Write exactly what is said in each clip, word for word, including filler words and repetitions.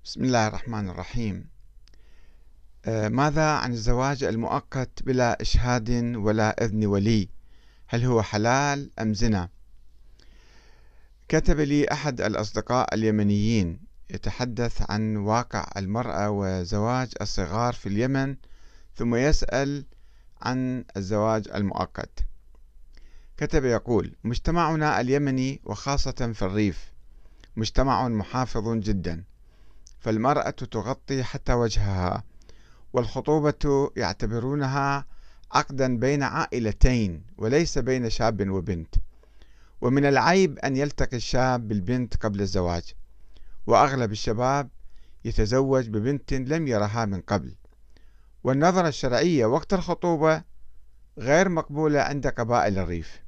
بسم الله الرحمن الرحيم. آه، ماذا عن الزواج المؤقت بلا إشهاد ولا إذن ولي؟ هل هو حلال أم زنا؟ كتب لي أحد الأصدقاء اليمنيين يتحدث عن واقع المرأة وزواج الصغار في اليمن، ثم يسأل عن الزواج المؤقت. كتب يقول: مجتمعنا اليمني وخاصة في الريف مجتمع محافظ جدا، فالمرأة تغطي حتى وجهها، والخطوبة يعتبرونها عقدا بين عائلتين وليس بين شاب وبنت، ومن العيب أن يلتقي الشاب بالبنت قبل الزواج، وأغلب الشباب يتزوج ببنت لم يرها من قبل، والنظرة الشرعية وقت الخطوبة غير مقبولة عند قبائل الريف،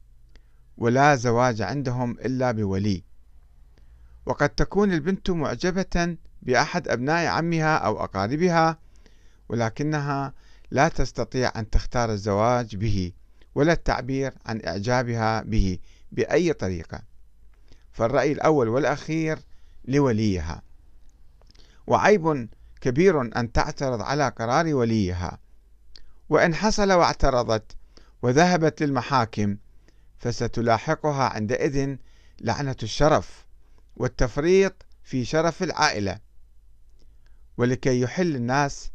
ولا زواج عندهم إلا بولي، وقد تكون البنت معجبة بأحد أبناء عمها أو أقاربها، ولكنها لا تستطيع أن تختار الزواج به ولا التعبير عن إعجابها به بأي طريقة، فالرأي الأول والأخير لوليها، وعيب كبير أن تعترض على قرار وليها، وإن حصل واعترضت وذهبت للمحاكم فستلاحقها عندئذ لعنة الشرف والتفريط في شرف العائلة. ولكي يحل الناس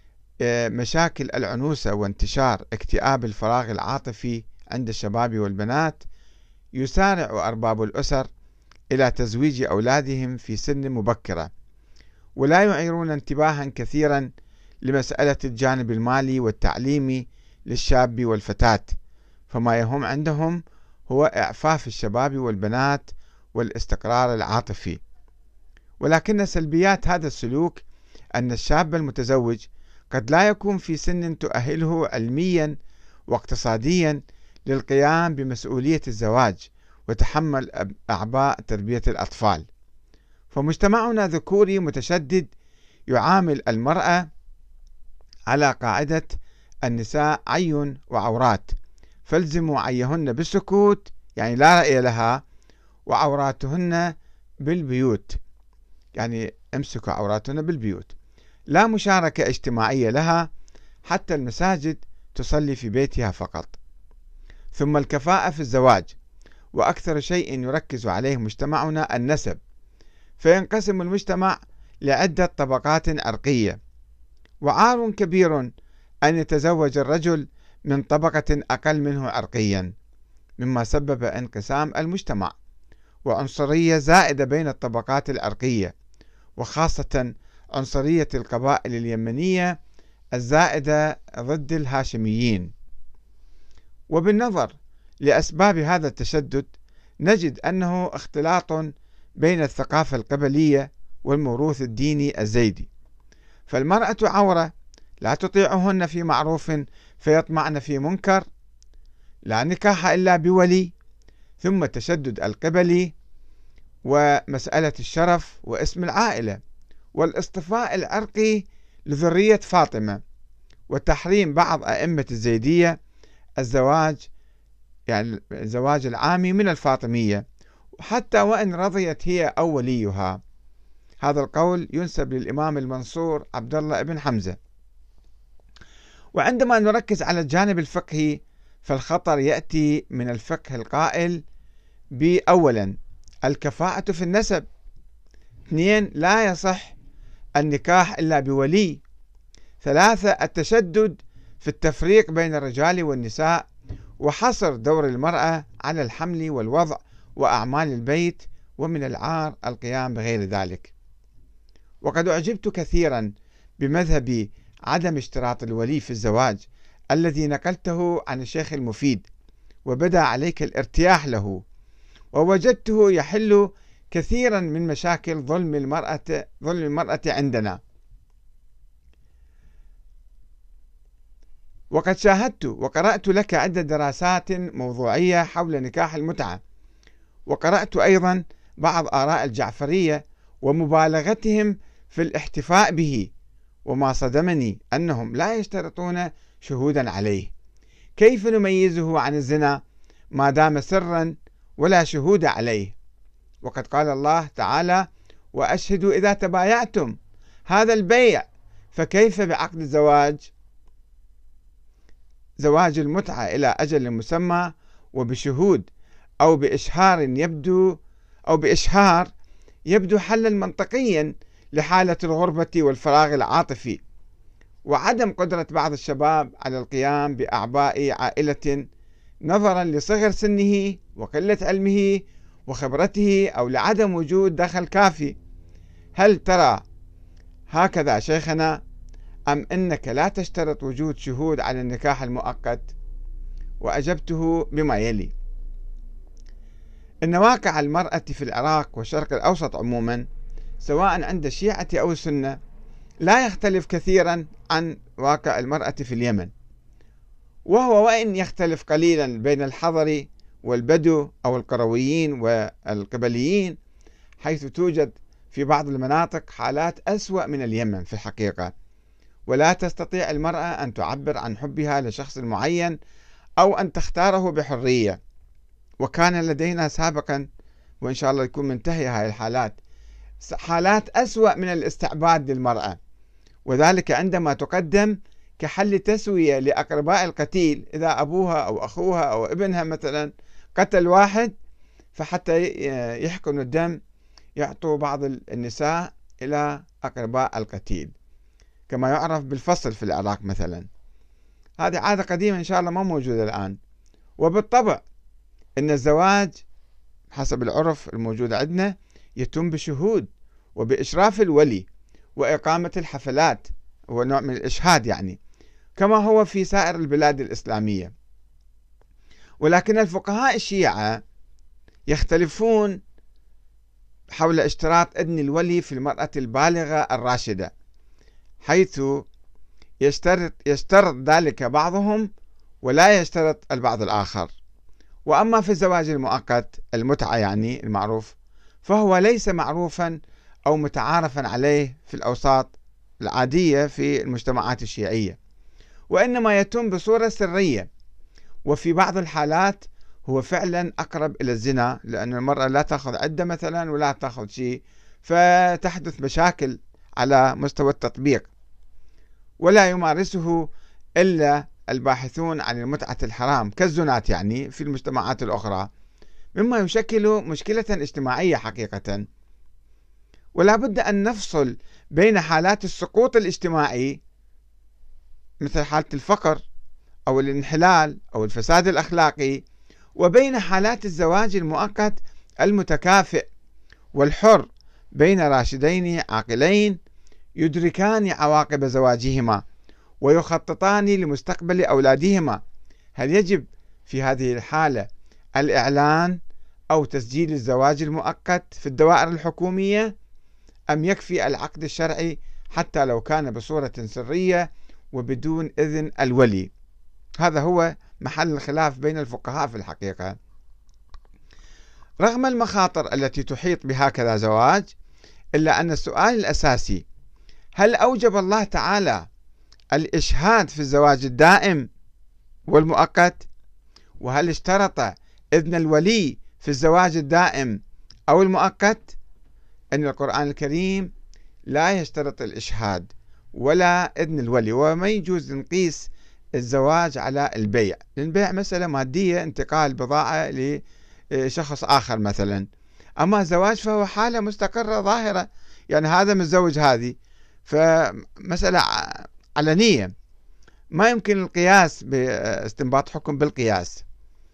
مشاكل العنوسة وانتشار اكتئاب الفراغ العاطفي عند الشباب والبنات، يسارع أرباب الأسر إلى تزويج أولادهم في سن مبكرة، ولا يعيرون انتباها كثيرا لمسألة الجانب المالي والتعليمي للشاب والفتاة، فما يهم عندهم هو إعفاف الشباب والبنات والاستقرار العاطفي. ولكن سلبيات هذا السلوك أن الشاب المتزوج قد لا يكون في سن تؤهله علميا واقتصاديا للقيام بمسؤولية الزواج وتحمل أعباء تربية الأطفال، فمجتمعنا ذكوري متشدد يعامل المرأة على قاعدة النساء عي وعورات، فالزموا عيهن بالسكوت، يعني لا رأي لها، وعوراتهن بالبيوت، يعني امسكوا عوراتهن بالبيوت، لا مشاركة اجتماعية لها، حتى المساجد تصلي في بيتها فقط. ثم الكفاءة في الزواج، وأكثر شيء يركز عليه مجتمعنا النسب، فينقسم المجتمع لعدة طبقات عرقية، وعار كبير أن يتزوج الرجل من طبقة أقل منه عرقيا، مما سبب انقسام المجتمع وعنصرية زائدة بين الطبقات العرقية، وخاصة عنصرية القبائل اليمنية الزائدة ضد الهاشميين. وبالنظر لأسباب هذا التشدد نجد أنه اختلاط بين الثقافة القبلية والموروث الديني الزيدي، فالمرأة عورة لا تطيعهن في معروف فيطمعن في منكر، لا نكاح إلا بولي، ثم التشدد القبلي ومسألة الشرف واسم العائلة والاصطفاء العرقي لذرية فاطمة، وتحريم بعض أئمة الزيدية الزواج، يعني الزواج العامي من الفاطمية، حتى وإن رضيت هي أو وليها. هذا القول ينسب للإمام المنصور عبد الله بن حمزة. وعندما نركز على الجانب الفقهي فالخطر يأتي من الفقه القائل بأولا الكفاءة في النسب، اثنين لا يصح النكاح إلا بولي، ثلاثة التشدد في التفريق بين الرجال والنساء وحصر دور المرأة على الحمل والوضع وأعمال البيت، ومن العار القيام بغير ذلك. وقد أعجبت كثيرا بمذهب عدم اشتراط الولي في الزواج الذي نقلته عن الشيخ المفيد، وبدأ عليك الارتياح له، ووجدته يحل كثيرا من مشاكل ظلم المرأة ظلم المرأة عندنا. وقد شاهدت وقرأت لك عدة دراسات موضوعية حول نكاح المتعة، وقرأت أيضا بعض آراء الجعفرية ومبالغتهم في الاحتفاء به، وما صدمني أنهم لا يشترطون شهودا عليه. كيف نميزه عن الزنا ما دام سرا ولا شهود عليه؟ وقد قال الله تعالى: وأشهدوا إذا تبايعتم. هذا البيع، فكيف بعقد الزواج؟ زواج المتعة إلى أجل مسمى وبشهود أو بإشهار يبدو أو بإشهار يبدو حلا منطقيا لحالة الغربة والفراغ العاطفي، وعدم قدرة بعض الشباب على القيام بأعباء عائلة نظرا لصغر سنه وقلة علمه وخبرته أو لعدم وجود دخل كافي. هل ترى هكذا شيخنا، أم أنك لا تشترط وجود شهود على النكاح المؤقت؟ وأجبته بما يلي: إن واقع المرأة في العراق والشرق الأوسط عموما سواء عند الشيعة أو السنة لا يختلف كثيرا عن واقع المرأة في اليمن، وهو وإن يختلف قليلا بين الحضري والبدو أو القرويين والقبليين، حيث توجد في بعض المناطق حالات أسوأ من اليمن في الحقيقة، ولا تستطيع المرأة أن تعبر عن حبها لشخص معين أو أن تختاره بحرية. وكان لدينا سابقا، وإن شاء الله يكون منتهية هذه الحالات، حالات أسوأ من الاستعباد للمرأة، وذلك عندما تقدم كحل تسوية لأقرباء القتيل، إذا أبوها أو أخوها أو ابنها مثلا قتل واحد، فحتى يحقن الدم يعطوا بعض النساء إلى أقرباء القتيل، كما يعرف بالفصل في العراق مثلا. هذه عادة قديمة إن شاء الله ما موجودة الآن. وبالطبع إن الزواج حسب العرف الموجود عندنا يتم بشهود وبإشراف الولي وإقامة الحفلات، هو نوع من الإشهاد يعني، كما هو في سائر البلاد الإسلامية. ولكن الفقهاء الشيعة يختلفون حول اشتراط إذن الولي في المرأة البالغة الراشدة، حيث يشترط, يشترط ذلك بعضهم ولا يشترط البعض الآخر. وأما في الزواج المؤقت المتعة يعني المعروف، فهو ليس معروفا أو متعارفا عليه في الأوساط العادية في المجتمعات الشيعية، وإنما يتم بصورة سرية، وفي بعض الحالات هو فعلا أقرب إلى الزنا، لأن المرأة لا تأخذ عدة مثلا ولا تأخذ شيء، فتحدث مشاكل على مستوى التطبيق، ولا يمارسه إلا الباحثون عن المتعة الحرام كالزنات يعني في المجتمعات الأخرى، مما يشكل مشكلة اجتماعية حقيقة. ولا بد أن نفصل بين حالات السقوط الاجتماعي مثل حالة الفقر أو الانحلال أو الفساد الأخلاقي، وبين حالات الزواج المؤقت المتكافئ والحر بين راشدين عاقلين يدركان عواقب زواجهما ويخططان لمستقبل أولادهما. هل يجب في هذه الحالة الإعلان أو تسجيل الزواج المؤقت في الدوائر الحكومية، أم يكفي العقد الشرعي حتى لو كان بصورة سرية وبدون إذن الولي؟ هذا هو محل الخلاف بين الفقهاء في الحقيقة. رغم المخاطر التي تحيط بهكذا زواج، إلا أن السؤال الأساسي: هل أوجب الله تعالى الإشهاد في الزواج الدائم والمؤقت؟ وهل اشترط إذن الولي في الزواج الدائم أو المؤقت؟ أن القرآن الكريم لا يشترط الإشهاد ولا إذن الولي، وما يجوز نقيس الزواج على البيع، لأن البيع مسألة مادية، انتقال بضاعة لشخص آخر مثلا. أما الزواج فهو حالة مستقرة ظاهرة، يعني هذا متزوج هذه، فمسألة علنية ما يمكن القياس باستنباط حكم بالقياس.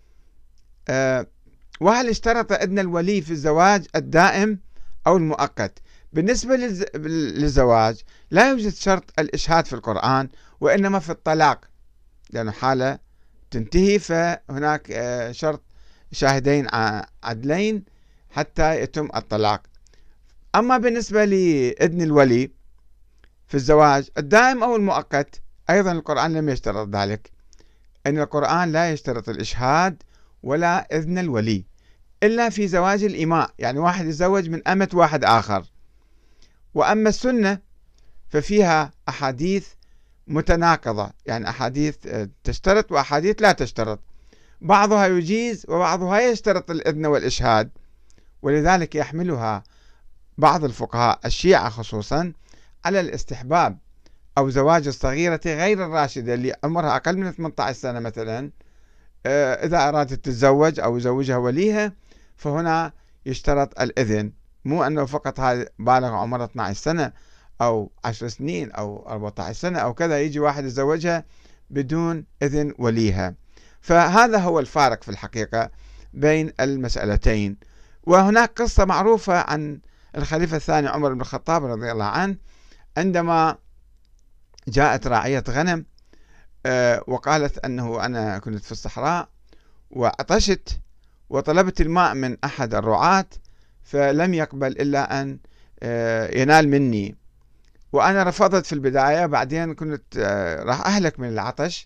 وهل اشترط إذن الولي في الزواج الدائم أو المؤقت؟ بالنسبة للزواج لا يوجد شرط الإشهاد في القرآن، وإنما في الطلاق، لأنه حالة تنتهي فهناك شرط شاهدين عدلين حتى يتم الطلاق. أما بالنسبة لإذن الولي في الزواج الدائم أو المؤقت، أيضا القرآن لم يشترط ذلك، أن القرآن لا يشترط الإشهاد ولا إذن الولي إلا في زواج الإماء، يعني واحد يتزوج من أمة واحد آخر. وأما السنة ففيها أحاديث متناقضة، يعني أحاديث تشترط وأحاديث لا تشترط، بعضها يجيز وبعضها يشترط الإذن والإشهاد، ولذلك يحملها بعض الفقهاء الشيعة خصوصا على الاستحباب أو زواج الصغيرة غير الراشدة اللي عمرها أقل من ثمانية عشر سنة مثلا، إذا أرادت تتزوج أو يزوجها وليها فهنا يشترط الإذن، مو أنه فقط هذا بالغ عمرها اثنتي عشرة سنة أو عشر سنين أو أربعة عشر سنة أو كذا يجي واحد يتزوجها بدون إذن وليها. فهذا هو الفارق في الحقيقة بين المسألتين. وهناك قصة معروفة عن الخليفة الثاني عمر بن الخطاب رضي الله عنه، عندما جاءت راعية غنم وقالت أنه أنا كنت في الصحراء وعطشت وطلبت الماء من أحد الرعاة فلم يقبل إلا أن ينال مني، وأنا رفضت في البداية، بعدين كنت راح أهلك من العطش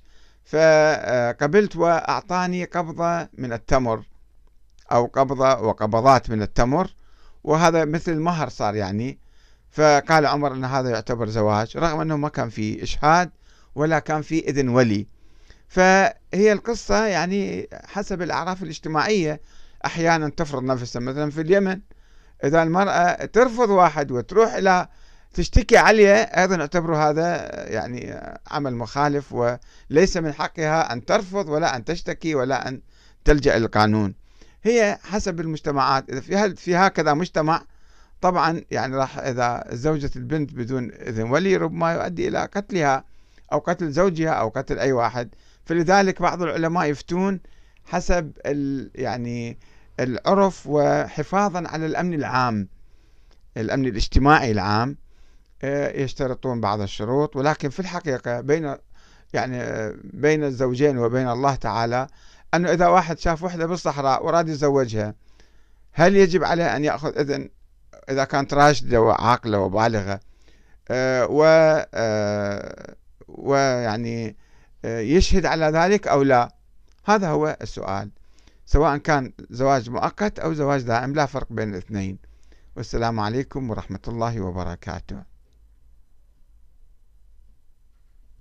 فقبلت وأعطاني قبضة من التمر أو قبضة وقبضات من التمر، وهذا مثل مهر صار يعني. فقال عمر أن هذا يعتبر زواج رغم أنه ما كان في إشهاد ولا كان في إذن ولي. فهي القصة يعني حسب الأعراف الاجتماعية أحيانا تفرض نفسها. مثلا في اليمن إذا المرأة ترفض واحد وتروح إلى تشتكي عليه أيضا يعتبروا هذا يعني عمل مخالف، وليس من حقها أن ترفض ولا أن تشتكي ولا أن تلجأ للقانون. هي حسب المجتمعات. إذا في, في هكذا مجتمع طبعا يعني راح إذا زوجت البنت بدون إذن ولي ربما يؤدي إلى قتلها أو قتل زوجها أو قتل أي واحد. فلذلك بعض العلماء يفتون حسب يعني العرف وحفاظا على الأمن العام، الأمن الاجتماعي العام، يشترطون بعض الشروط. ولكن في الحقيقة بين يعني بين الزوجين وبين الله تعالى أنه إذا واحد شاف وحدة بالصحراء وراد يتزوجها هل يجب عليه أن يأخذ إذن إذا كانت راشدة وعاقلة وبالغة و ويعني يشهد على ذلك أو لا؟ هذا هو السؤال، سواء كان زواج مؤقت أو زواج دائم لا فرق بين الاثنين. والسلام عليكم ورحمة الله وبركاته.